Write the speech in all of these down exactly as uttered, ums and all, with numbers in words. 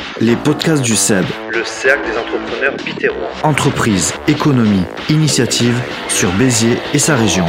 Les podcasts du C E B. Le cercle des entrepreneurs bitérois. Entreprise, économie, initiative sur Béziers et sa région.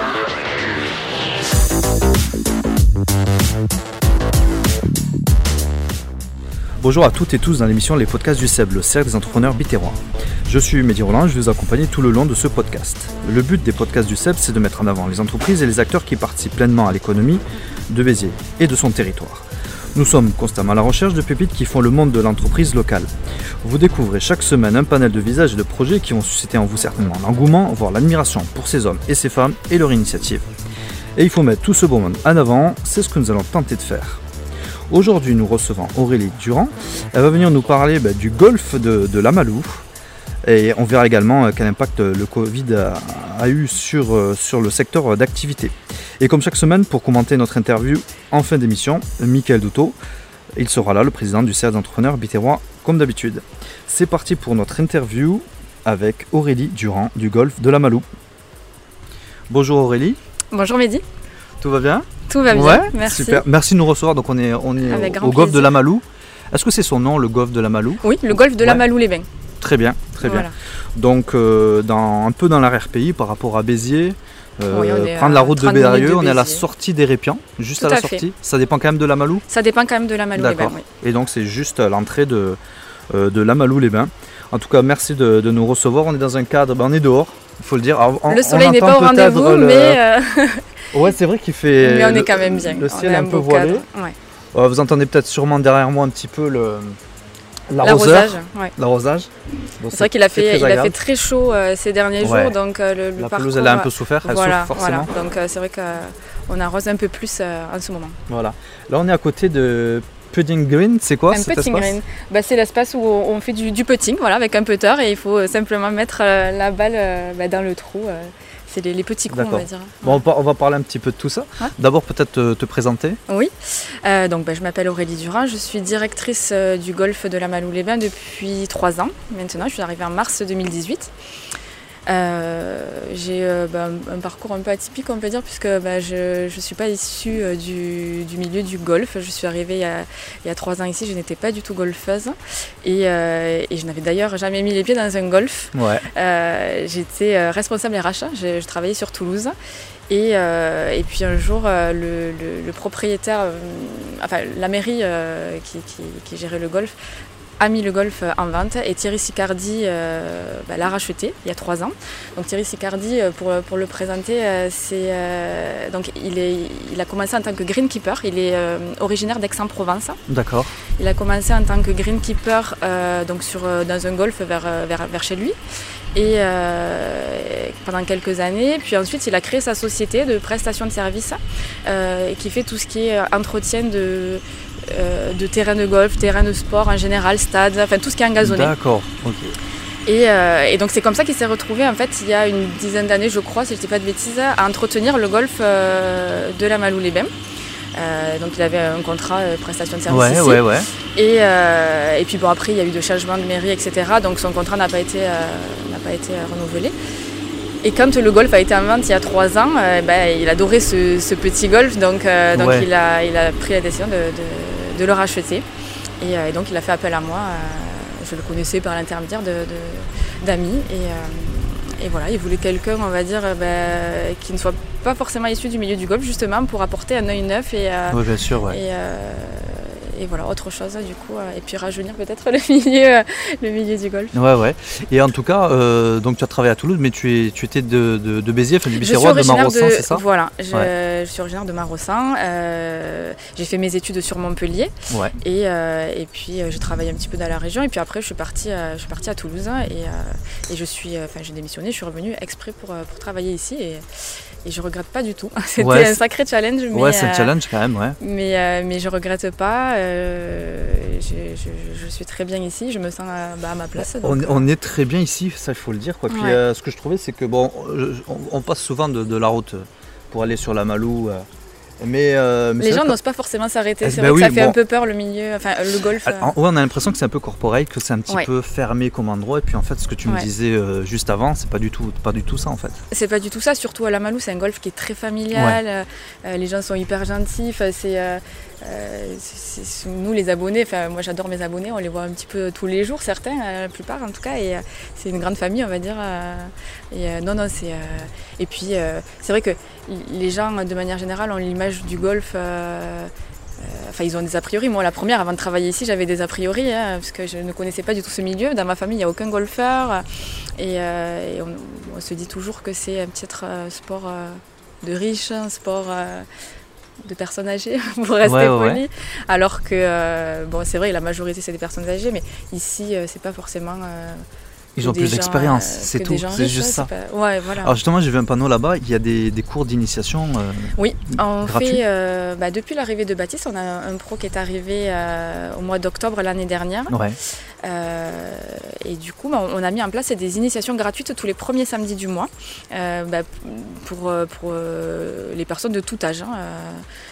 Bonjour à toutes et tous dans l'émission Les podcasts du C E B, le cercle des entrepreneurs bitérois. Je suis Mehdi Roland, je vais vous accompagner tout le long de ce podcast. Le but des podcasts du C E B, c'est de mettre en avant les entreprises et les acteurs qui participent pleinement à l'économie de Béziers et de son territoire. Nous sommes constamment à la recherche de pépites qui font le monde de l'entreprise locale. Vous découvrez chaque semaine un panel de visages et de projets qui vont susciter en vous certainement l'engouement, voire l'admiration pour ces hommes et ces femmes et leur initiative. Et il faut mettre tout ce beau monde en avant, c'est ce que nous allons tenter de faire. Aujourd'hui, nous recevons Aurélie Durand. Elle va venir nous parler bah, du golf de, de Lamalou. Et on verra également quel impact le Covid a, a eu sur, sur le secteur d'activité. Et comme chaque semaine, pour commenter notre interview en fin d'émission, Mickaël Doutot, il sera là, le président du cercle d'entrepreneurs bitérois, comme d'habitude. C'est parti pour notre interview avec Aurélie Durand du golf de Lamalou. Bonjour Aurélie. Bonjour Mehdi. Tout va bien ? Tout va bien, ouais, merci. Super. Merci de nous recevoir. Donc on est, on est au, au golf de Lamalou. Est-ce que c'est son nom, le golf de Lamalou ? Oui, le golf de ouais. Lamalou-les-Bains. Très bien, très voilà. bien. Donc euh, dans, un peu dans l'arrière-pays par rapport à Béziers, euh, oui, on est prendre la route de Béziers, on de est à la sortie des Répians, juste Tout à la à sortie. Fait. Ça dépend quand même de Lamalou ? Ça dépend quand même de Lamalou-les-Bains, oui. Et donc c'est juste à l'entrée de, euh, de Lamalou-les-Bains. En tout cas, merci de, de nous recevoir. On est dans un cadre, ben, on est dehors, il faut le dire. Alors, on, le soleil on n'est pas au rendez-vous, le... mais... Euh... ouais, c'est vrai qu'il fait... Mais on le, est quand même bien. Le ciel est un, un peu voilé. Ouais. Euh, vous entendez peut-être sûrement derrière moi un petit peu le... L'arrosage. Ouais. L'arrosage. Donc, c'est vrai qu'il a fait, il a fait très chaud euh, ces derniers jours. Ouais. Donc, euh, le, le la parcours, pelouse, elle a un peu souffert, elle voilà, souffre forcément. Voilà. Donc euh, c'est vrai qu'on arrose un peu plus euh, en ce moment. Voilà. Là, on est à côté de putting green. C'est quoi un cet putting espace green. Bah, c'est l'espace où on fait du, du putting, voilà, avec un putter, et il faut simplement mettre euh, la balle euh, bah, dans le trou. Euh, c'est les, les petits coups, on va dire. Bon, on va parler un petit peu de tout ça. Ouais. D'abord, peut-être te, te présenter. Oui. Euh, donc, bah, je m'appelle Aurélie Durand. Je suis directrice euh, du golf de Lamalou-les-Bains depuis trois ans. Maintenant, je suis arrivée en mars deux mille dix-huit. Euh, j'ai euh, bah, un parcours un peu atypique, on peut dire, puisque bah, je ne suis pas issue euh, du, du milieu du golf. Je suis arrivée il y a, il y a trois ans ici, je n'étais pas du tout golfeuse et, euh, et je n'avais d'ailleurs jamais mis les pieds dans un golf. Ouais. Euh, j'étais responsable R H, je, je travaillais sur Toulouse. Et, euh, et puis un jour, euh, le, le, le propriétaire, euh, enfin la mairie euh, qui, qui, qui gérait le golf, a mis le golf en vente et Thierry Sicardi euh, bah, l'a racheté il y a trois ans. Donc Thierry Sicardi, pour, pour le présenter, euh, c'est, euh, donc il, est, il a commencé en tant que greenkeeper. Il est euh, originaire d'Aix-en-Provence. D'accord. Il a commencé en tant que greenkeeper euh, donc sur, dans un golf vers, vers, vers chez lui. Et euh, pendant quelques années, puis ensuite il a créé sa société de prestation de services euh, qui fait tout ce qui est entretien de, euh, de terrain de golf, terrain de sport en général, stade, enfin tout ce qui est engazonné. D'accord, ok. Et, euh, et donc c'est comme ça qu'il s'est retrouvé en fait il y a une dizaine d'années je crois, si je ne dis pas de bêtises, à entretenir le golf euh, de Lamalou-les-Bains. Euh, donc il avait un contrat de prestation de service ouais, ici. Ouais, ouais. Et, euh, et puis bon après il y a eu de changements de mairie, et cetera. Donc son contrat n'a pas été, euh, n'a pas été euh, renouvelé. Et quand le golf a été en vente il y a trois ans, euh, ben, il adorait ce, ce petit golf, donc, euh, donc ouais. il, a, il a pris la décision de, de, de le racheter. Et, euh, et donc il a fait appel à moi. Euh, je le connaissais par l'intermédiaire de, de, d'amis. Et, euh, Et voilà, il voulait quelqu'un, on va dire, bah, qui ne soit pas forcément issu du milieu du golf, justement, pour apporter un œil neuf et, euh, oui, bien sûr, ouais. et, euh, et voilà, autre chose, du coup, euh, et puis rajeunir peut-être le milieu, euh, le milieu du golf. Ouais, ouais. Et en tout cas, euh, donc tu as travaillé à Toulouse, mais tu, es, tu étais de, de, de Béziers, enfin du Bitérois, de Marossan, c'est ça ? Voilà, je, ouais. je suis originaire de Marossan. Euh, j'ai fait mes études sur Montpellier. Ouais. Et, euh, et puis, euh, j'ai travaillé un petit peu dans la région. Et puis après, je suis partie, euh, je suis partie à Toulouse. Et, euh, et je suis, enfin, j'ai démissionné, je suis revenue exprès pour, pour travailler ici. Et, et je regrette pas du tout. C'était ouais, un sacré challenge. Mais, ouais, c'est un challenge quand même, ouais. Mais, euh, mais je regrette pas. Euh, je, je, je suis très bien ici. Je me sens à, bah, à ma place. On, donc, on est très bien ici, ça il faut le dire, quoi. Puis ouais. euh, ce que je trouvais, c'est que bon, je, on, on passe souvent de, de la route pour aller sur Lamalou. Euh, Mais, euh, mais les gens n'osent pas forcément s'arrêter. C'est ben vrai oui, que ça fait bon. un peu peur le milieu, enfin le golf. Alors, ouais, on a l'impression que c'est un peu corporate, que c'est un petit ouais. peu fermé comme endroit. Et puis en fait, ce que tu me ouais. disais euh, juste avant, c'est pas du tout, pas du tout ça en fait. C'est pas du tout ça. Surtout à Lamalou, c'est un golf qui est très familial. Ouais. Euh, les gens sont hyper gentils. C'est, euh, euh, c'est, c'est, nous les abonnés, enfin moi j'adore mes abonnés, on les voit un petit peu tous les jours, certains, euh, la plupart en tout cas, et euh, c'est une grande famille on va dire. Euh, et euh, non non c'est euh, et puis euh, c'est vrai que les gens de manière générale ont l'image du golf. Euh, Enfin, ils ont des a priori. Moi, la première, avant de travailler ici, j'avais des a priori, hein, parce que je ne connaissais pas du tout ce milieu. Dans ma famille, il n'y a aucun golfeur. Et, euh, et on, on se dit toujours que c'est un petit euh, sport euh, de riches, un sport euh, de personnes âgées, pour rester ouais, poli. Ouais. Alors que, euh, bon, c'est vrai, la majorité, c'est des personnes âgées, mais ici, euh, c'est pas forcément... Euh, Ils ont plus gens, d'expérience, euh, c'est tout, c'est riches, juste ouais, ça. C'est pas... ouais, voilà. Alors justement, j'ai vu un panneau là-bas, il y a des, des cours d'initiation euh, Oui, on gratuits. fait, euh, bah, depuis l'arrivée de Baptiste, on a un pro qui est arrivé euh, au mois d'octobre l'année dernière. Ouais. Euh, et du coup, bah, on a mis en place des initiations gratuites tous les premiers samedis du mois euh, bah, pour, pour euh, les personnes de tout âge. Hein, euh,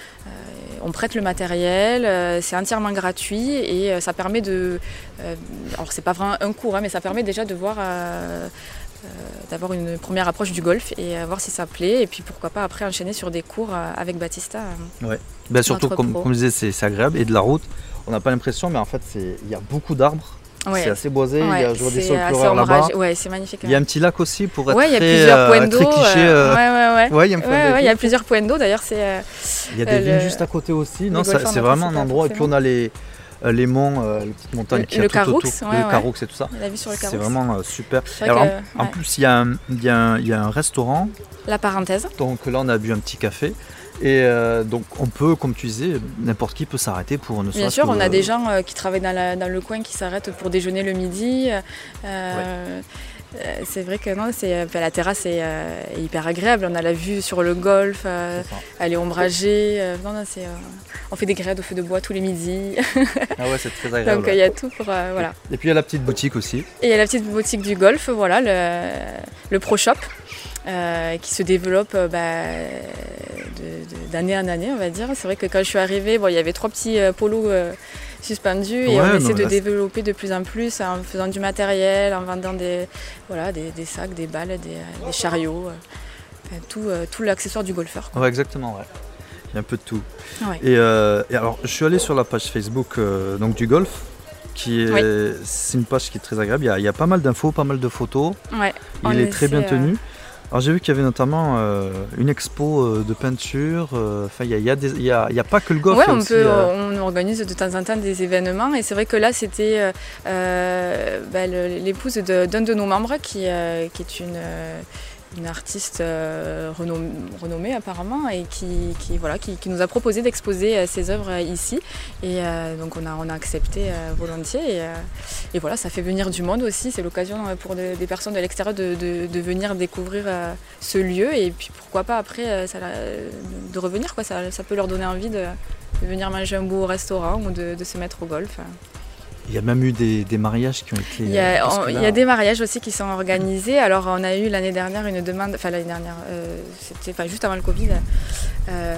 on prête le matériel, euh, c'est entièrement gratuit et euh, ça permet de... Euh, alors c'est pas vraiment un cours, hein, mais ça permet déjà de voir... Euh, euh, d'avoir une première approche du golf et euh, voir si ça plaît et puis pourquoi pas après enchaîner sur des cours euh, avec Baptista. Euh, ouais. Ben, surtout comme, comme je disais, c'est, c'est agréable et de la route, on n'a pas l'impression, mais en fait il y a beaucoup d'arbres. Ouais. C'est assez boisé, ouais, il y a je vois des saules pleureurs là-bas. Ouais, c'est magnifique. Il y a un petit lac aussi pour être ouais, très, très, il y a plusieurs euh, points d'eau, très cliché. Euh... Ouais, ouais, ouais. ouais, il y a un point ouais, d'eau. Ouais, il y a plusieurs points d'eau, d'ailleurs. C'est, euh, il y a des vignes le... juste à côté aussi. Non, ça, c'est vraiment un endroit. Et puis on a les, les monts, euh, les petites montagnes le, qui le Caroux, ouais, le ouais. Caroux et tout ça. La vue sur le Caroux. C'est vraiment euh, super. C'est Alors, que, en, en ouais. plus, il y, a un, il, y a un, il y a un restaurant. La Parenthèse. Donc là, on a bu un petit café. Et euh, donc on peut, comme tu disais, n'importe qui peut s'arrêter pour ne Bien sûr, on a des gens euh, qui travaillent dans, la, dans le coin qui s'arrêtent pour déjeuner le midi. Euh, ouais. euh, c'est vrai que non, c'est, la terrasse est, euh, est hyper agréable. On a la vue sur le golf, euh, elle est ombragée. Euh, non, non, c'est, euh, on fait des grillades au feu de bois tous les midis. Ah ouais, c'est très agréable. Donc il y a tout pour euh, voilà. Et puis il y a la petite boutique aussi. Et il y a la petite boutique du golf, voilà, le, le Pro Shop. Euh, qui se développe euh, bah, de, de, d'année en année, on va dire. C'est vrai que quand je suis arrivée, bon, il y avait trois petits euh, polos euh, suspendus et ouais, on essaie de là, développer de plus en plus en faisant du matériel, en vendant des, voilà, des, des sacs, des balles, des, des chariots, euh, enfin, tout, euh, tout l'accessoire du golfeur. Ouais, exactement, ouais. Il y a un peu de tout. Ouais. Et, euh, et alors, je suis allé sur la page Facebook euh, donc, du golf. Qui est, oui. C'est une page qui est très agréable. Il y a, il y a pas mal d'infos, pas mal de photos. Ouais, il est essaie, très bien tenu. Euh... Alors j'ai vu qu'il y avait notamment euh, une expo euh, de peinture. Enfin, euh, il y a, il y a des, il y a, il y a pas que le golf. Ouais, il y a on aussi, peut, euh... on organise de temps en temps des événements. Et c'est vrai que là, c'était euh, bah, le, l'épouse de, d'un de nos membres qui, euh, qui est une. Euh, une artiste euh, renommée, renommée apparemment et qui, qui, voilà, qui, qui nous a proposé d'exposer euh, ses œuvres euh, ici et euh, donc on a, on a accepté euh, volontiers et, euh, et voilà, ça fait venir du monde aussi, c'est l'occasion pour de, des personnes de l'extérieur de, de, de venir découvrir euh, ce lieu et puis pourquoi pas après euh, ça, de revenir, quoi. Ça, ça peut leur donner envie de, de venir manger un beau restaurant ou de, de se mettre au golf. Il y a même eu des, des mariages qui ont été... Il y, a, on, là, il y a des mariages aussi qui sont organisés. Alors on a eu l'année dernière une demande, enfin l'année dernière, euh, c'était enfin, juste avant le Covid, euh,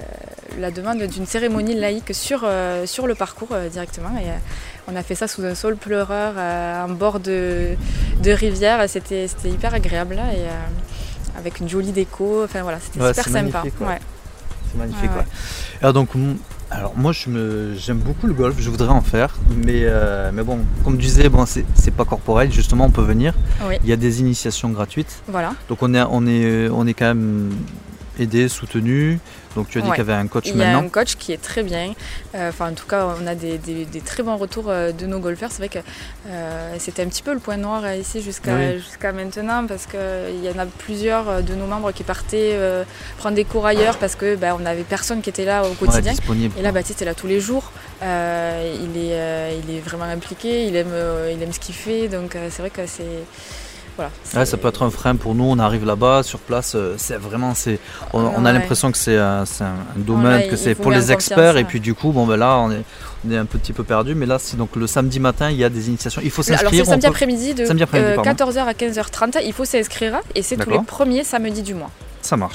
la demande d'une cérémonie laïque sur, euh, sur le parcours euh, directement. Et, euh, on a fait ça sous un saule pleureur, euh, en bord de, de rivière. C'était, c'était hyper agréable là, et euh, avec une jolie déco. Enfin voilà, c'était ouais, super c'est sympa. Ouais. Ouais. C'est magnifique. Ouais, ouais. Ouais. Alors donc... Alors moi je me, j'aime beaucoup le golf, je voudrais en faire, mais, euh, mais bon, comme tu disais, bon, c'est, c'est pas corporel, justement on peut venir, oui. Il y a des initiations gratuites, voilà. Donc on est, on, est, on est quand même aidé, soutenu, donc tu as dit ouais. qu'il y avait un coach Il maintenant. Il y a un coach qui est très bien, euh, enfin en tout cas on a des, des, des très bons retours euh, de nos golfeurs, c'est vrai que euh, c'était un petit peu le point noir euh, ici jusqu'à, oui. jusqu'à maintenant parce qu'il euh, y en a plusieurs de nos membres qui partaient euh, prendre des cours ailleurs parce que bah, on n'avait personne qui était là au quotidien, ouais, et là Baptiste est là tous les jours, euh, il, est, euh, il est vraiment impliqué, il aime, euh, il aime ce qu'il fait, donc euh, c'est vrai que c'est... Voilà, ouais, ça peut être un frein pour nous, on arrive là-bas, sur place, c'est vraiment, c'est, on, on a ouais. l'impression que c'est un, c'est un domaine, oh là, que c'est pour les experts, et puis du coup, bon ben là, on est, on est un petit peu perdu, mais là, c'est donc le samedi matin, il y a des initiations, il faut s'inscrire. Alors c'est samedi peut... après-midi de samedi après-midi, euh, quatorze heures à quinze heures trente, il faut s'inscrire, et c'est D'accord. tous les premiers samedis du mois. Ça marche.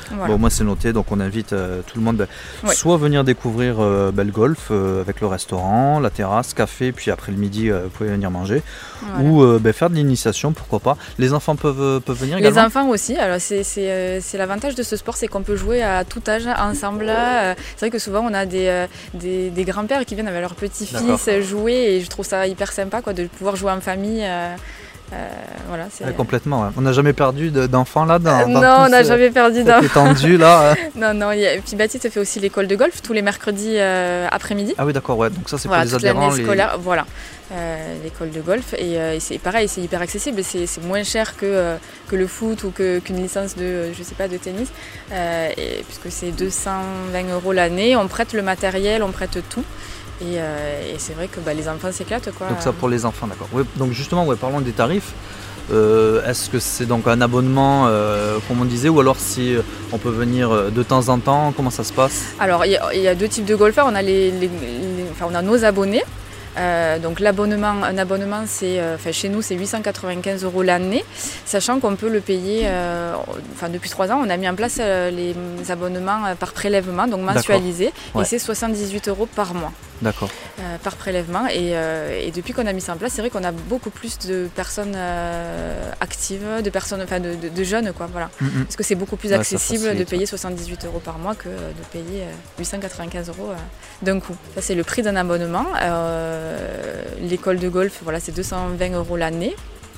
Voilà. Bon, moi c'est noté, donc on invite euh, tout le monde bah, ouais. soit venir découvrir euh, bah, le golf euh, avec le restaurant, la terrasse, café, puis après le midi euh, vous pouvez venir manger, voilà. ou euh, bah, faire de l'initiation, pourquoi pas. Les enfants peuvent, peuvent venir également. Les enfants aussi, alors c'est, c'est, euh, c'est l'avantage de ce sport, c'est qu'on peut jouer à tout âge ensemble. Euh, c'est vrai que souvent on a des, euh, des, des grands-pères qui viennent avec leurs petits-fils jouer et je trouve ça hyper sympa quoi, de pouvoir jouer en famille. Euh, Euh, voilà, c'est... Ouais, complètement, ouais. On n'a jamais perdu de, d'enfants là dans, euh, dans Non, on n'a ce, jamais perdu d'enfants. étendu là. non, non. Y a... Et puis Baptiste fait aussi l'école de golf tous les mercredis euh, après-midi. Ah oui, d'accord, ouais. Donc ça c'est voilà, pour les adhérents. Les... Scolaire, voilà, euh, l'école de golf. Et, euh, et c'est pareil, c'est hyper accessible. C'est, c'est moins cher que, euh, que le foot ou que, qu'une licence de, je sais pas, de tennis. Euh, et, puisque c'est deux cent vingt euros l'année, on prête le matériel, on prête tout. Et, euh, et c'est vrai que bah, les enfants s'éclatent, quoi. Donc ça pour les enfants, d'accord. Oui, donc justement, ouais, parlons des tarifs. Euh, est-ce que c'est donc un abonnement, euh, comme on disait, ou alors si on peut venir de temps en temps, comment ça se passe? Alors il y, y a deux types de golfeurs. On a les, les, les enfin on a nos abonnés. Euh, donc l'abonnement, un abonnement, c'est, euh, enfin, chez nous, c'est huit cent quatre-vingt-quinze euros l'année, sachant qu'on peut le payer. Euh, enfin, depuis trois ans, on a mis en place euh, les abonnements euh, par prélèvement, donc mensualisés, ouais. Et c'est soixante-dix-huit euros par mois. D'accord. Euh, par prélèvement. Et, euh, et depuis qu'on a mis ça en place, c'est vrai qu'on a beaucoup plus de personnes euh, actives, de personnes, enfin, de, de, de jeunes, quoi. Voilà. Mm-hmm. Parce que c'est beaucoup plus ouais, accessible de payer soixante-dix-huit euros par mois que de payer euh, huit cent quatre-vingt-quinze euros euh, d'un coup. Ça, c'est le prix d'un abonnement. Euh, l'école de golf, voilà, c'est deux cent vingt euros l'année,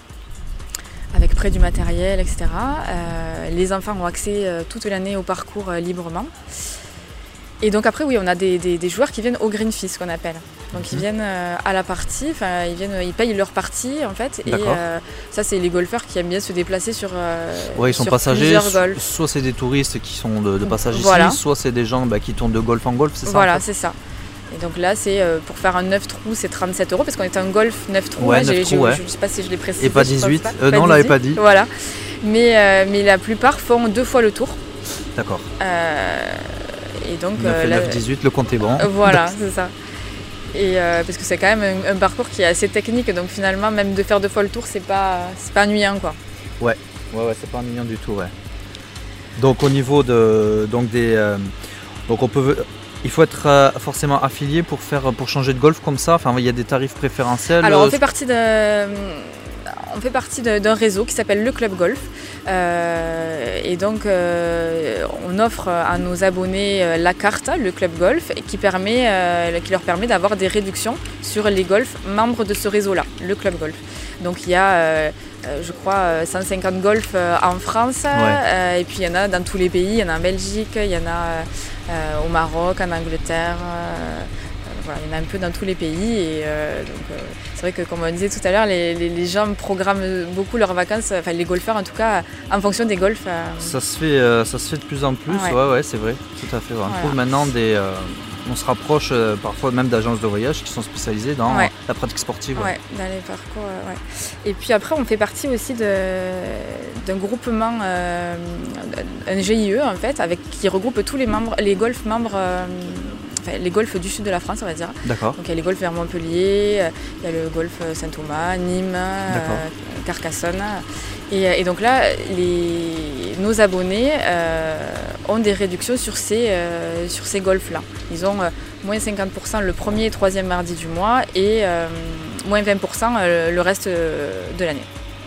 avec prêt du matériel, et cetera. Euh, les enfants ont accès euh, toute l'année au parcours euh, librement. Et donc après, oui, on a des, des, des joueurs qui viennent au green fee, ce qu'on appelle. Donc mmh. ils viennent euh, à la partie, enfin ils viennent, ils payent leur partie en fait. Et euh, ça, c'est les golfeurs qui aiment bien se déplacer sur. Euh, ouais, ils sont sur passagers. So- soit c'est des touristes qui sont de, de passage voilà. ici, soit c'est des gens bah, qui tournent de golf en golf, c'est ça? Voilà, en fait c'est ça. Et donc là, c'est euh, pour faire un neuf trous, c'est trente-sept euros parce qu'on est un golf neuf trous. Ouais, hein, neuf j'ai, trous j'ai, ouais. Je ne sais pas si je l'ai précisé. Et pas dix-huit pas. euh, pas Non, on dix-huit, l'avait pas dit. Voilà. Mais, euh, mais la plupart font deux fois le tour. D'accord. Euh, et donc. neuf euh, et neuf, dix-huit, le compte est bon. Voilà, c'est ça. Et euh, parce que c'est quand même un, un parcours qui est assez technique, donc finalement, même de faire deux fois le tour, c'est pas, c'est pas ennuyant, quoi. Ouais, ouais, ouais, c'est pas ennuyant du tout, ouais. Donc au niveau de, donc des, euh, donc on peut. Il faut être euh, forcément affilié pour faire pour changer de golf comme ça. Enfin, il y a des tarifs préférentiels. Alors, on fait partie de, on fait partie de, d'un réseau qui s'appelle le Club Golf. Euh, et donc, euh, on offre à nos abonnés euh, la carte, le Club Golf, qui permet, euh, qui leur permet d'avoir des réductions sur les golfs membres de ce réseau-là, le Club Golf. Donc, il y a, euh, je crois, cent cinquante golfs en France. Ouais. Euh, et puis, il y en a dans tous les pays. Il y en a en Belgique, il y en a Euh, au Maroc, en Angleterre, euh, voilà, il y en a un peu dans tous les pays. Et euh, donc, euh, c'est vrai que, comme on disait tout à l'heure, les, les, les gens programment beaucoup leurs vacances, enfin les golfeurs en tout cas, en fonction des golfs. Euh... Ça se fait, euh, ça se fait de plus en plus. Ouais, ouais, ouais c'est vrai, tout à fait. Ouais. On voilà. trouve maintenant des, euh, on se rapproche euh, parfois même d'agences de voyage qui sont spécialisées dans ouais. la pratique sportive. Ouais, ouais dans les parcours. Euh, ouais. Et puis après, on fait partie aussi de, d'un groupement, euh, un G I E en fait, avec qui regroupe tous les membres, les golfs membres. Euh, Enfin, les golfs du sud de la France, on va dire. D'accord. Donc il y a les golfs vers Montpellier, il y a le golf Saint-Thomas, Nîmes, euh, Carcassonne. Et, et donc là, les, nos abonnés euh, ont des réductions sur ces, euh, sur ces golfs-là. Ils ont euh, moins cinquante pour cent le premier et troisième mardi du mois et euh, moins vingt pour cent euh, le reste de l'année.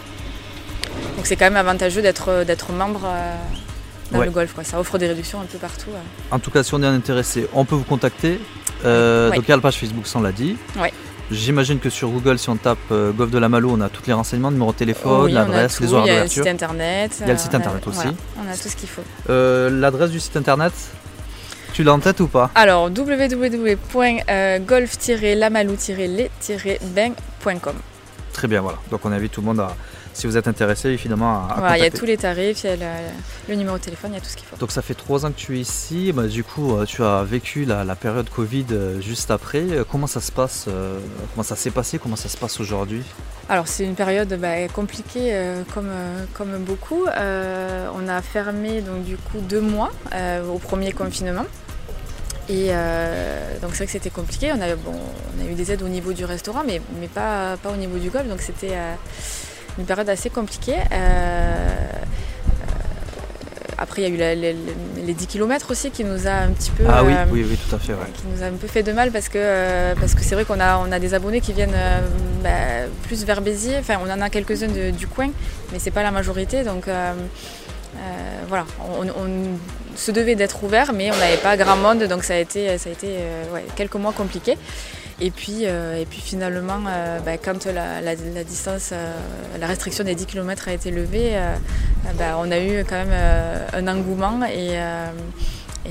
Donc c'est quand même avantageux d'être, d'être membre. Euh, dans ouais. le golf, quoi. Ça offre des réductions un peu partout. Ouais. En tout cas, si on est intéressé, on peut vous contacter. Euh, ouais. Donc il y a la page Facebook, ça on l'a dit. Ouais. J'imagine que sur Google, si on tape euh, golf de la Malo, on a tous les renseignements, numéro de téléphone, oui, l'adresse, les horaires d'ouverture. Il y a le site internet. Il y a le site internet euh, aussi. Voilà. On a tout ce qu'il faut. Euh, l'adresse du site internet, tu l'as en tête ou pas? Alors, w w w point golf tiret lamalou tiret les tiret bain point com. Très bien, voilà. Donc on invite tout le monde à, si vous êtes intéressé, évidemment, à, à voilà, contacter. Il y a tous les tarifs, il y a le, le numéro de téléphone, il y a tout ce qu'il faut. Donc ça fait trois ans que tu es ici. Bah, du coup, tu as vécu la, la période Covid juste après. Comment ça se passe euh, Comment ça s'est passé? Comment ça se passe aujourd'hui? Alors c'est une période bah, compliquée euh, comme, euh, comme beaucoup. Euh, on a fermé donc du coup deux mois euh, au premier confinement. Et euh, donc c'est vrai que c'était compliqué, on a, bon, on a eu des aides au niveau du restaurant mais, mais pas, pas au niveau du golf, donc c'était euh, une période assez compliquée. Euh, après il y a eu la, les, les dix kilomètres aussi qui nous a un petit peu Ah oui, euh, oui, oui, tout à fait. Ouais. qui nous a un peu fait de mal parce que euh, parce que c'est vrai qu'on a on a des abonnés qui viennent euh, bah, plus vers Béziers. Enfin, on en a quelques-uns de, du coin, mais c'est pas la majorité. Donc euh, euh, voilà, on, on se devait d'être ouvert, mais on n'avait pas grand monde, donc ça a été ça a été euh, ouais, quelques mois compliqués. Et puis, euh, et puis finalement, euh, bah, quand la, la, la distance, euh, la restriction des dix kilomètres a été levée, euh, bah, on a eu quand même euh, un engouement et, euh, et,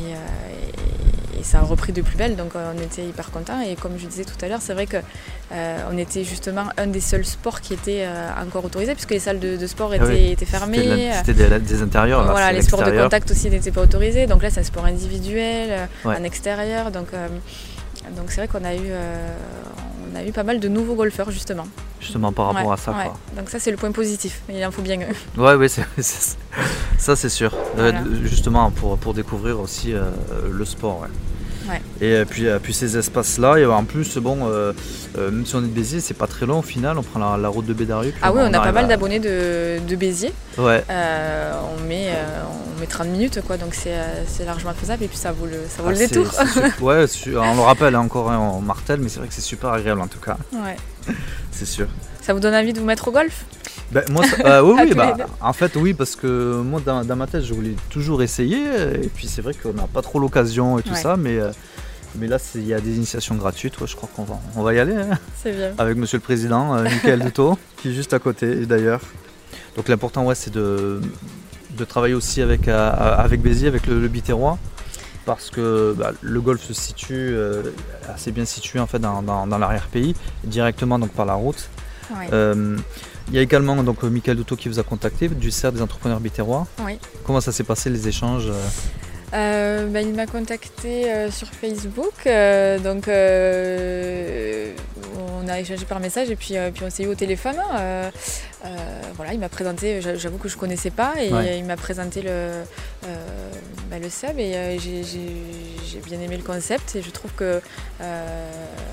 euh, et ça a repris de plus belle. Donc on était hyper contents. Et comme je disais tout à l'heure, c'est vrai qu'on euh, était justement un des seuls sports qui était euh, encore autorisé, puisque les salles de, de sport étaient, ah oui, étaient fermées. C'était, c'était des, des intérieurs. Là, voilà, les sports de contact aussi n'étaient pas autorisés. Donc là, c'est un sport individuel, ouais. En extérieur. Donc, euh, Donc c'est vrai qu'on a eu, euh, on a eu pas mal de nouveaux golfeurs justement. Justement par rapport ouais, à ça. Ouais. Quoi. Donc ça c'est le point positif, il en faut bien eux. Ouais, ouais, c'est, c'est, ça c'est sûr. Voilà. Euh, justement pour, pour découvrir aussi euh, le sport. Ouais. Ouais. Et puis, puis ces espaces-là, et en plus, bon, euh, euh, même si on est de Béziers, c'est pas très long au final, on prend la, la route de Bédarieux. Ah oui, on, on a pas mal à... d'abonnés de, de Béziers. Ouais. Euh, on, met, euh, on met trente minutes, quoi, donc c'est, c'est largement faisable et puis ça vaut le, ça vaut ah, le détour. C'est, c'est ouais, on le rappelle hein, encore, hein, on martèle, mais c'est vrai que c'est super agréable en tout cas. Ouais. C'est sûr. Ça vous donne envie de vous mettre au golf ? Ben, moi, ça, euh, oui, oui bah, en fait, oui, parce que moi, dans, dans ma tête, je voulais toujours essayer, et puis c'est vrai qu'on n'a pas trop l'occasion et tout ouais. ça, mais, euh, mais là, il y a des initiations gratuites, ouais, je crois qu'on va, on va y aller. Hein, c'est bien. Avec Monsieur le Président, euh, Michael Dutot, qui est juste à côté, d'ailleurs. Donc l'important, ouais, c'est de, de travailler aussi avec, euh, avec Béziers, avec le, le Biterrois, parce que bah, le golf se situe euh, assez bien situé en fait, dans, dans, dans l'arrière-pays, directement donc, par la route. Ouais. Euh, il y a également donc Michael Dutot qui vous a contacté du cercle des entrepreneurs biterrois. Oui. Comment ça s'est passé les échanges ? euh, bah, Il m'a contacté euh, sur Facebook, euh, donc euh, on a échangé par message et puis, euh, puis on s'est eu au téléphone. Euh, euh, voilà, il m'a présenté, j'avoue que je ne connaissais pas et ouais. il m'a présenté le, euh, bah, le S E B et euh, j'ai, j'ai, j'ai bien aimé le concept et je trouve que euh,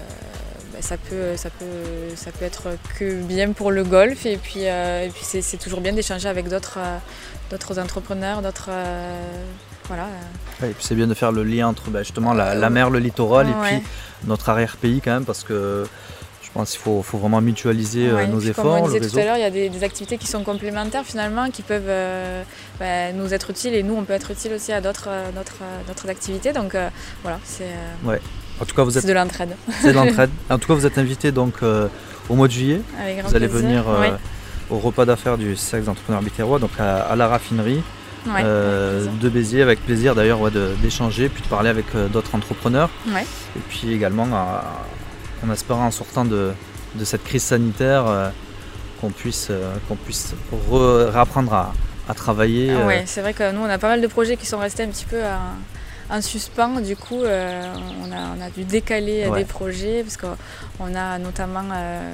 Ça peut, ça, peut, ça peut être que bien pour le golf et puis, euh, et puis c'est, c'est toujours bien d'échanger avec d'autres, euh, d'autres entrepreneurs, d'autres... Euh, voilà. Ouais, et puis c'est bien de faire le lien entre bah, justement la, la mer, le littoral ouais. et puis notre arrière-pays quand même parce que je pense qu'il faut, faut vraiment mutualiser ouais, euh, nos efforts. Comme on disait le tout réseau. à l'heure, il y a des, des activités qui sont complémentaires finalement, qui peuvent euh, bah, nous être utiles et nous on peut être utiles aussi à d'autres, euh, d'autres, euh, d'autres activités. Donc euh, voilà, c'est... Euh... Ouais. En tout cas, vous êtes... C'est de l'entraide. C'est de l'entraide. En tout cas, vous êtes invité donc euh, au mois de juillet. Avec grand vous allez plaisir. venir euh, oui. au repas d'affaires du cercle des entrepreneurs biterrois, donc à, à la raffinerie ouais, euh, de Béziers, avec plaisir d'ailleurs ouais, de, d'échanger, puis de parler avec euh, d'autres entrepreneurs. Ouais. Et puis également, euh, en espérant en sortant de, de cette crise sanitaire, euh, qu'on puisse, euh, qu'on puisse re, réapprendre à, à travailler. Ah, euh... ouais, c'est vrai que nous, on a pas mal de projets qui sont restés un petit peu à... en suspens, du coup euh, on, a, on a dû décaler ouais. des projets parce qu'on a notamment euh,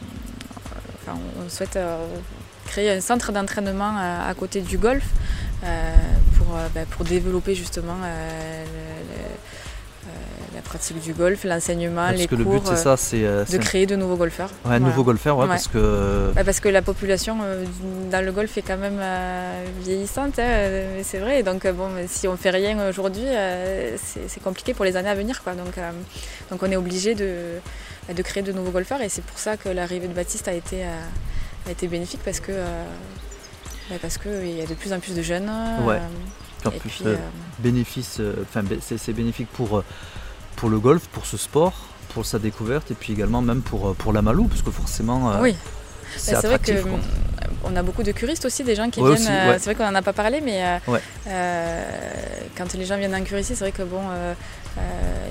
enfin, on souhaite euh, créer un centre d'entraînement euh, à côté du golf euh, pour, euh, bah, pour développer justement euh, le, le, euh, la pratique du golf, l'enseignement, parce les que cours, le but c'est ça, c'est de c'est... créer de nouveaux golfeurs. Ouais, voilà. nouveaux golfeurs, ouais, ouais. parce que bah parce que la population euh, dans le golf est quand même euh, vieillissante, hein, c'est vrai. Donc bon, si on fait rien aujourd'hui, euh, c'est, c'est compliqué pour les années à venir, quoi. Donc, euh, donc on est obligé de, de créer de nouveaux golfeurs et c'est pour ça que l'arrivée de Baptiste a été, euh, a été bénéfique parce que euh, bah parce que il y a de plus en plus de jeunes. Ouais. Euh, en plus, puis, euh, bénéfice, enfin euh, c'est, c'est bénéfique pour pour le golf, pour ce sport, pour sa découverte et puis également même pour, pour la Malou parce que forcément euh, oui. c'est, bah, c'est attractif. Vrai que, on a beaucoup de curistes aussi, des gens qui ouais, viennent, aussi, euh, ouais. c'est vrai qu'on n'en a pas parlé mais euh, ouais. euh, quand les gens viennent en cure ici, c'est vrai que bon, euh, euh,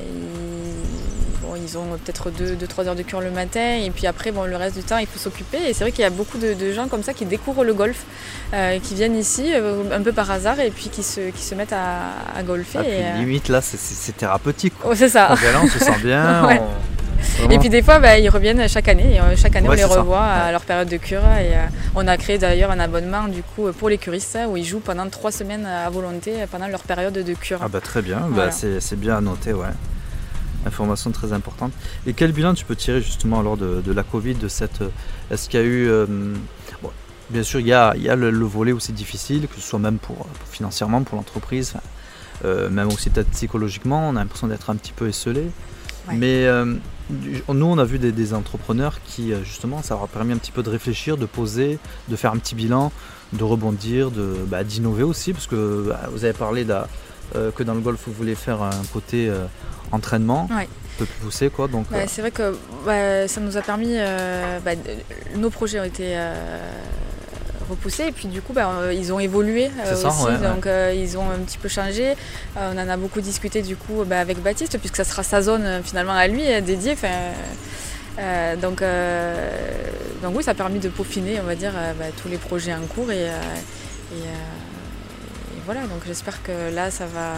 ils, bon ils ont peut-être deux trois heures de cure le matin et puis après bon, le reste du temps il faut s'occuper et c'est vrai qu'il y a beaucoup de, de gens comme ça qui découvrent le golf, euh, qui viennent ici euh, un peu par hasard et puis qui se, qui se mettent à, à golfer. Ah, et, puis, limite là c'est, c'est, c'est thérapeutique. Quoi. Oh, c'est ça. On, là, on se sent bien. ouais. on... Vraiment. Et puis des fois, bah, ils reviennent chaque année. Et chaque année, ouais, on les revoit ça. à ouais. leur période de cure. Et, euh, on a créé d'ailleurs un abonnement du coup, pour les curistes où ils jouent pendant trois semaines à volonté pendant leur période de cure. Ah bah, très bien, voilà. bah, c'est, c'est bien à noter. Ouais. Information très importante. Et quel bilan tu peux tirer justement alors de, de la Covid, de cette... Est-ce qu'il y a eu... Euh, bon, bien sûr, il y a, il y a le, le volet aussi difficile, que ce soit même pour, pour financièrement, pour l'entreprise, euh, même aussi peut-être psychologiquement, on a l'impression d'être un petit peu esselé. Ouais. Mais euh, nous, on a vu des, des entrepreneurs qui, justement, ça leur a permis un petit peu de réfléchir, de poser, de faire un petit bilan, de rebondir, de, bah, d'innover aussi, parce que bah, vous avez parlé euh, que dans le golf, vous voulez faire un côté euh, entraînement. Ouais. Un peu plus poussé, quoi. Donc, bah, euh... c'est vrai que bah, ça nous a permis, euh, bah, nos projets ont été euh, repoussés et puis du coup bah, euh, ils ont évolué euh, ça, aussi, ouais, donc ouais. Euh, ils ont un petit peu changé. Euh, on en a beaucoup discuté du coup bah, avec Baptiste, puisque ça sera sa zone euh, finalement à lui, euh, dédiée. Euh, donc, euh, donc oui, ça a permis de peaufiner, on va dire, euh, bah, tous les projets en cours et, euh, et, euh, et voilà. Donc j'espère que là ça va.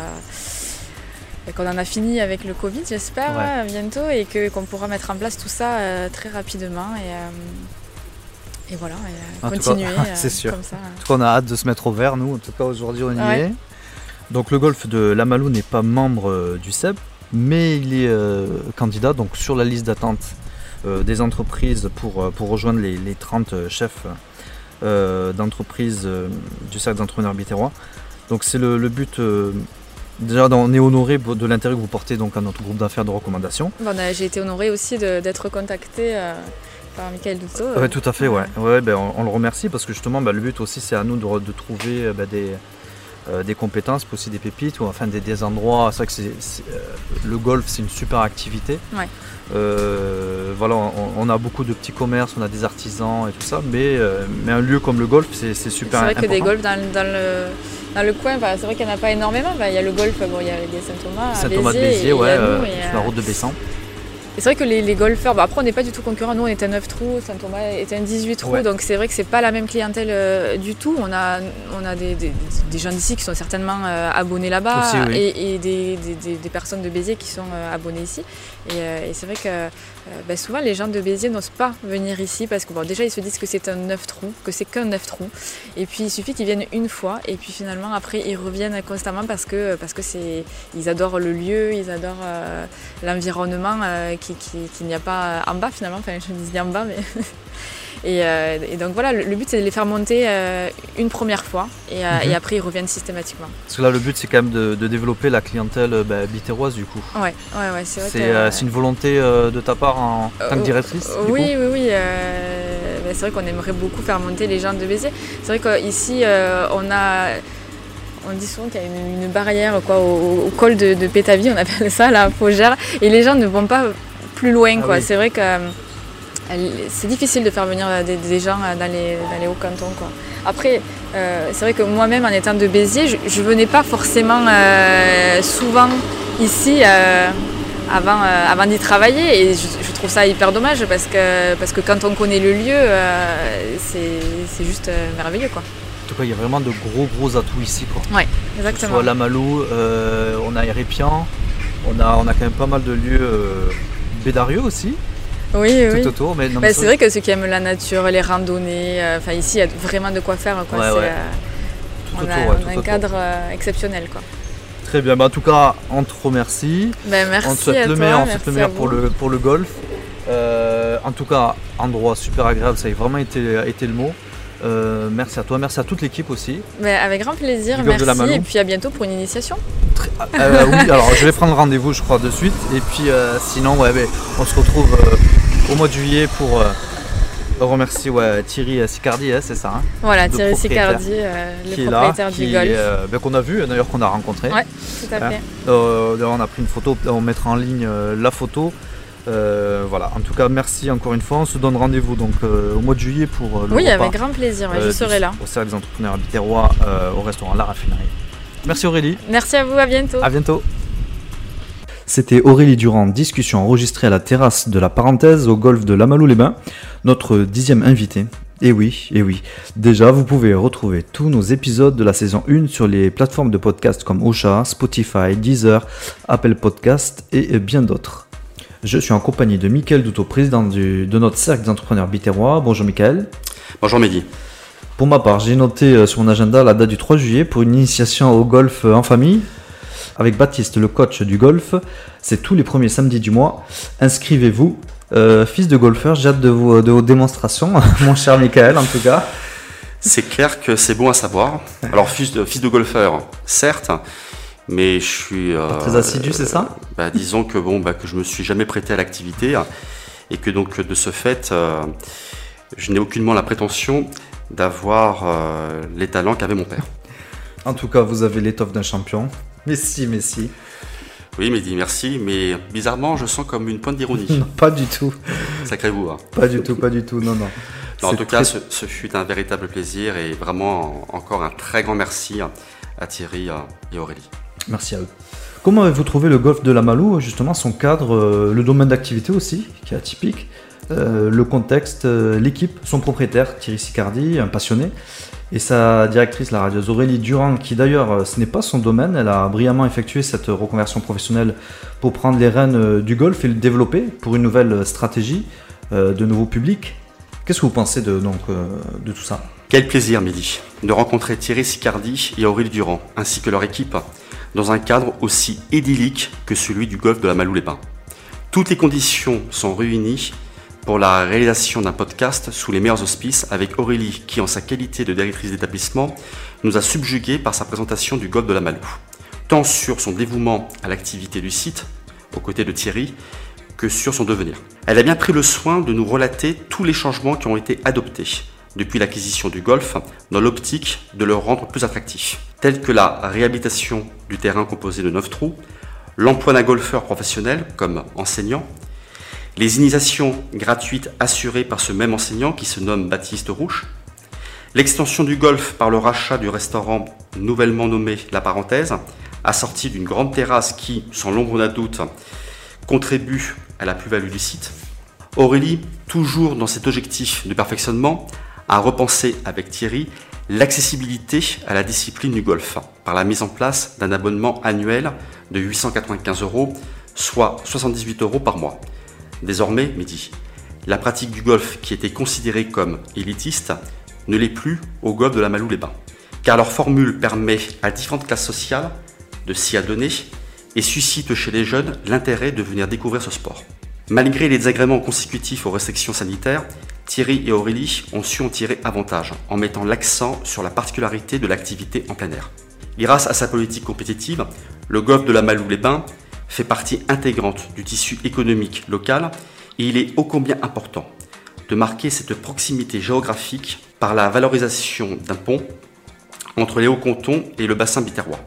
Et qu'on en a fini avec le Covid, j'espère, ouais. bientôt, et que, qu'on pourra mettre en place tout ça euh, très rapidement. Et, euh, et voilà, et, euh, continuer cas, c'est euh, sûr. comme ça. En tout cas, on a hâte de se mettre au vert, nous. En tout cas, aujourd'hui, on y ouais. est. Donc, le golf de Lamalou n'est pas membre euh, du C E B, mais il est euh, candidat donc, sur la liste d'attente euh, des entreprises pour, pour rejoindre les, les trente chefs euh, d'entreprises euh, du Cercle des entrepreneurs biterrois. Donc, c'est le, le but... Euh, Déjà, on est honoré de l'intérêt que vous portez donc, à notre groupe d'affaires de recommandation. Bon, j'ai été honoré aussi de, d'être contacté euh, par Michael Douto. Euh. Oui, tout à fait, ouais. ouais ben, on, on le remercie parce que justement, ben, le but aussi, c'est à nous de, de trouver ben, des, euh, des compétences, puis aussi des pépites, ou enfin des, des endroits. C'est vrai que c'est, c'est, euh, le golf, c'est une super activité. Ouais. Euh, voilà, on, on a beaucoup de petits commerces, on a des artisans et tout ça, mais, euh, mais un lieu comme le golf, c'est, c'est super important. C'est vrai que des golfs dans, dans le... Dans le coin, bah, c'est vrai qu'il n'y en a pas énormément. Bah, il y a le golf, bon, il y a Saint-Thomas, Saint-Thomas Béziers, de Béziers, ouais, nous, euh, et, sur la route de Bessan. Et c'est vrai que les, les golfeurs, bah, après on n'est pas du tout concurrents, nous on est un neuf trous, Saint-Thomas est un dix-huit trous, ouais. Donc c'est vrai que c'est pas la même clientèle euh, du tout. On a, on a des, des, des gens d'ici qui sont certainement euh, abonnés là-bas. Aussi, oui. et, et des, des, des personnes de Béziers qui sont euh, abonnées ici. Et, euh, et c'est vrai que euh, bah, souvent les gens de Béziers n'osent pas venir ici parce que bon, déjà ils se disent que c'est un neuf trous, que c'est qu'un neuf trous. Et puis il suffit qu'ils viennent une fois et puis finalement après ils reviennent constamment parce que, parce que c'est, ils adorent le lieu, ils adorent euh, l'environnement euh, qui, qui, qu'il n'y a pas en bas finalement. Enfin je dis en bas mais... Et, euh, et donc voilà, le, le but c'est de les faire monter euh, une première fois et, euh, mm-hmm. et après ils reviennent systématiquement. Parce que là le but c'est quand même de, de développer la clientèle bah, biterroise du coup. Ouais, ouais, ouais, c'est vrai. C'est, que, euh, c'est une volonté euh, de ta part en tant que directrice euh, Oui, oui, oui, euh, bah, c'est vrai qu'on aimerait beaucoup faire monter les gens de Béziers. C'est vrai qu'ici euh, on a... On dit souvent qu'il y a une, une barrière quoi, au, au col de, de Pétavie, on appelle ça la Faugère, et les gens ne vont pas plus loin. Ah, quoi. Oui. C'est vrai que c'est difficile de faire venir des, des gens dans les, dans les hauts cantons. Quoi. Après, euh, c'est vrai que moi-même, en étant de Béziers, je ne venais pas forcément euh, souvent ici euh, avant, euh, avant d'y travailler. Et je, je trouve ça hyper dommage parce que, parce que quand on connaît le lieu, euh, c'est, c'est juste euh, merveilleux. Quoi. En tout cas, il y a vraiment de gros, gros atouts ici. Oui, exactement. Que ce soit Lamalou, euh, on a Hérépian, on a, on a quand même pas mal de lieux, euh, Bédarieux aussi. Oui, tout oui. autour, mais non, bah, mais c'est vrai que ceux qui aiment la nature, les randonnées, enfin euh, ici il y a vraiment de quoi faire. Quoi. Ouais, c'est, ouais. Euh, on autour, a, ouais, on a un autour. cadre euh, exceptionnel. Quoi. Très bien, bah, en tout cas on te remercie. Bah, merci on te souhaite à le toi, meilleur, on te souhaite le meilleur pour le, pour le golf. Euh, en tout cas, endroit super agréable, ça a vraiment été, été le mot. Euh, merci à toi, merci à toute l'équipe aussi. Mais avec grand plaisir, merci et puis à bientôt pour une initiation. Très, euh, oui, alors je vais prendre rendez-vous je crois de suite et puis euh, sinon ouais, bah, on se retrouve euh, au mois de juillet pour euh, remercier ouais, Thierry Sicardi, hein, c'est ça hein, voilà, Thierry Sicardi, euh, le propriétaire là, du qui, golf. Euh, bah, qu'on a vu d'ailleurs, qu'on a rencontré. Ouais, tout à hein. fait. Euh, on a pris une photo, on mettra en ligne euh, la photo. Euh, voilà, en tout cas merci encore une fois, on se donne rendez-vous donc euh, au mois de juillet pour euh, le oui, repas, avec grand plaisir, ouais, euh, je serai là au Cercle des entrepreneurs biterrois euh, au restaurant La Raffinerie. Merci Aurélie. Merci à vous, à bientôt. À bientôt. C'était Aurélie Durand, discussion enregistrée à la terrasse de la Parenthèse au golf de Lamalou-les-Bains, notre dixième invité. Et oui, et oui, déjà vous pouvez retrouver tous nos épisodes de la saison un sur les plateformes de podcast comme Ocha, Spotify, Deezer, Apple Podcast et bien d'autres. Je suis en compagnie de Michael Douto, président du, de notre cercle des entrepreneurs biterrois. Bonjour Michael. Bonjour Mehdi. Pour ma part, j'ai noté sur mon agenda la date du trois juillet pour une initiation au golf en famille avec Baptiste, le coach du golf. C'est tous les premiers samedis du mois. Inscrivez-vous. Euh, fils de golfeur, j'ai hâte de, vous, de vos démonstrations, mon cher Michael en tout cas. C'est clair que c'est bon à savoir. Alors, fils de, fils de golfeur, certes, mais je suis... Euh, très assidu, c'est ça euh, bah, Disons que, bon, bah, que je ne me suis jamais prêté à l'activité et que donc, de ce fait, euh, je n'ai aucunement la prétention d'avoir euh, les talents qu'avait mon père. En tout cas, vous avez l'étoffe d'un champion. Mais si, mais si. Oui, Mehdi, merci, mais bizarrement, je sens comme une pointe d'ironie. Non, pas du tout. Sacré vous, hein. Pas du tout, pas du tout, non, non. non en tout très... cas, ce, ce fut un véritable plaisir et vraiment encore un très grand merci à Thierry et Aurélie. Merci à eux. Comment avez-vous trouvé le golf de la Malou, justement, son cadre, euh, le domaine d'activité aussi, qui est atypique, euh, le contexte, euh, l'équipe, son propriétaire, Thierry Sicardi, un passionné, et sa directrice, la radieuse Aurélie Durand, qui d'ailleurs, ce n'est pas son domaine, elle a brillamment effectué cette reconversion professionnelle pour prendre les rênes du golf et le développer pour une nouvelle stratégie euh, de nouveaux publics. Qu'est-ce que vous pensez de, donc, euh, de tout ça ? Quel plaisir, Mehdi, de rencontrer Thierry Sicardi et Aurélie Durand, ainsi que leur équipe, dans un cadre aussi idyllique que celui du golf de la Malou-les-Bains. Toutes les conditions sont réunies pour la réalisation d'un podcast sous les meilleurs auspices avec Aurélie qui, en sa qualité de directrice d'établissement, nous a subjugués par sa présentation du golf de la Malou, tant sur son dévouement à l'activité du site, aux côtés de Thierry, que sur son devenir. Elle a bien pris le soin de nous relater tous les changements qui ont été adoptés depuis l'acquisition du golf dans l'optique de le rendre plus attractif, tels que la réhabilitation du terrain composé de neuf trous, l'emploi d'un golfeur professionnel comme enseignant, les initiations gratuites assurées par ce même enseignant qui se nomme Baptiste Rouche, l'extension du golf par le rachat du restaurant nouvellement nommé La Parenthèse, assorti d'une grande terrasse qui, sans l'ombre d'un doute, contribue à la plus-value du site. Aurélie, toujours dans cet objectif de perfectionnement, a repensé avec Thierry l'accessibilité à la discipline du golf par la mise en place d'un abonnement annuel de huit cent quatre-vingt-quinze euros, soit soixante-dix-huit euros par mois. Désormais, Mehdi, la pratique du golf qui était considérée comme élitiste ne l'est plus au golf de la Malou-les-Bains, car leur formule permet à différentes classes sociales de s'y adonner et suscite chez les jeunes l'intérêt de venir découvrir ce sport. Malgré les désagréments consécutifs aux restrictions sanitaires, Thierry et Aurélie ont su en tirer avantage en mettant l'accent sur la particularité de l'activité en plein air. Grâce à sa politique compétitive, le golf de la Malou-les-Bains fait partie intégrante du tissu économique local et il est ô combien important de marquer cette proximité géographique par la valorisation d'un pont entre les Hauts-Cantons et le bassin biterrois.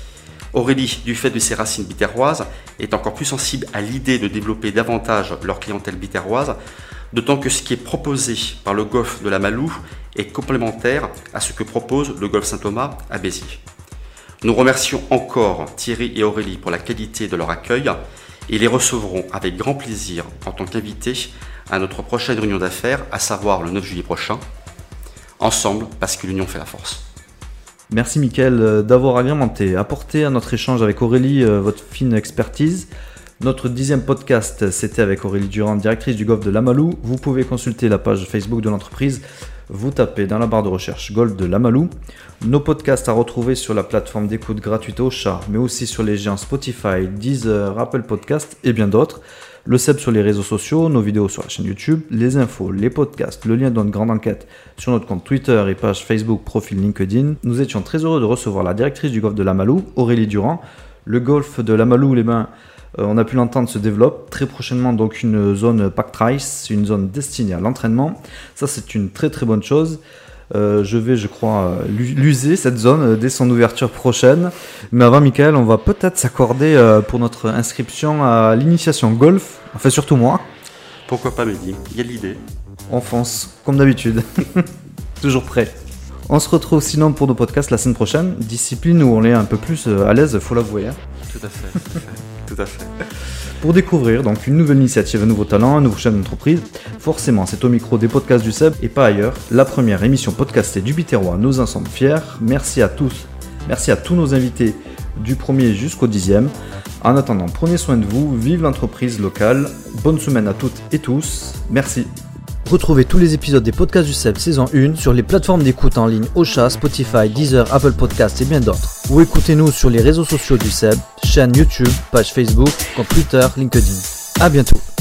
Aurélie, du fait de ses racines biterroises, est encore plus sensible à l'idée de développer davantage leur clientèle biterroise, d'autant que ce qui est proposé par le golf de la Malou est complémentaire à ce que propose le golf Saint-Thomas à Béziers. Nous remercions encore Thierry et Aurélie pour la qualité de leur accueil et les recevrons avec grand plaisir en tant qu'invités à notre prochaine réunion d'affaires, à savoir le neuf juillet prochain. Ensemble, parce que l'union fait la force. Merci Mickaël d'avoir agrémenté, apporté à notre échange avec Aurélie votre fine expertise. Notre dixième podcast, c'était avec Aurélie Durand, directrice du golf de la Malou. Vous pouvez consulter la page Facebook de l'entreprise. Vous tapez dans la barre de recherche golf de la Malou. Nos podcasts à retrouver sur la plateforme d'écoute gratuite Ocha, mais aussi sur les géants Spotify, Deezer, Apple Podcasts et bien d'autres. Le C E B sur les réseaux sociaux, nos vidéos sur la chaîne YouTube, les infos, les podcasts, le lien de notre grande enquête sur notre compte Twitter et page Facebook, profil LinkedIn. Nous étions très heureux de recevoir la directrice du golf de la Malou, Aurélie Durand. Le golf de la Malou-les-Bains, euh, on a pu l'entendre, se développe. Très prochainement donc une zone Pack Trice, une zone destinée à l'entraînement. Ça c'est une très très bonne chose. Euh, je vais, je crois, l'user cette zone dès son ouverture prochaine. Mais avant, Mickaël, on va peut-être s'accorder euh, pour notre inscription à l'initiation golf. Enfin, surtout moi. Pourquoi pas, Mehdi ? Il y a de l'idée. On fonce, comme d'habitude. Toujours prêt. On se retrouve sinon pour nos podcasts la semaine prochaine. Discipline où on est un peu plus à l'aise, faut l'avouer. Hein. Tout à fait, tout à fait. Tout à fait. Pour découvrir donc une nouvelle initiative, un nouveau talent, un nouveau chef d'entreprise, forcément c'est au micro des podcasts du C E B et pas ailleurs. La première émission podcastée du Biterrois, nous en sommes fiers. Merci à tous, merci à tous nos invités du premier jusqu'au dixième. En attendant, prenez soin de vous, vive l'entreprise locale. Bonne semaine à toutes et tous. Merci. Retrouvez tous les épisodes des podcasts du C E B saison un sur les plateformes d'écoute en ligne Ocha, Spotify, Deezer, Apple Podcasts et bien d'autres. Ou écoutez-nous sur les réseaux sociaux du C E B, chaîne YouTube, page Facebook, compte Twitter, LinkedIn. À bientôt.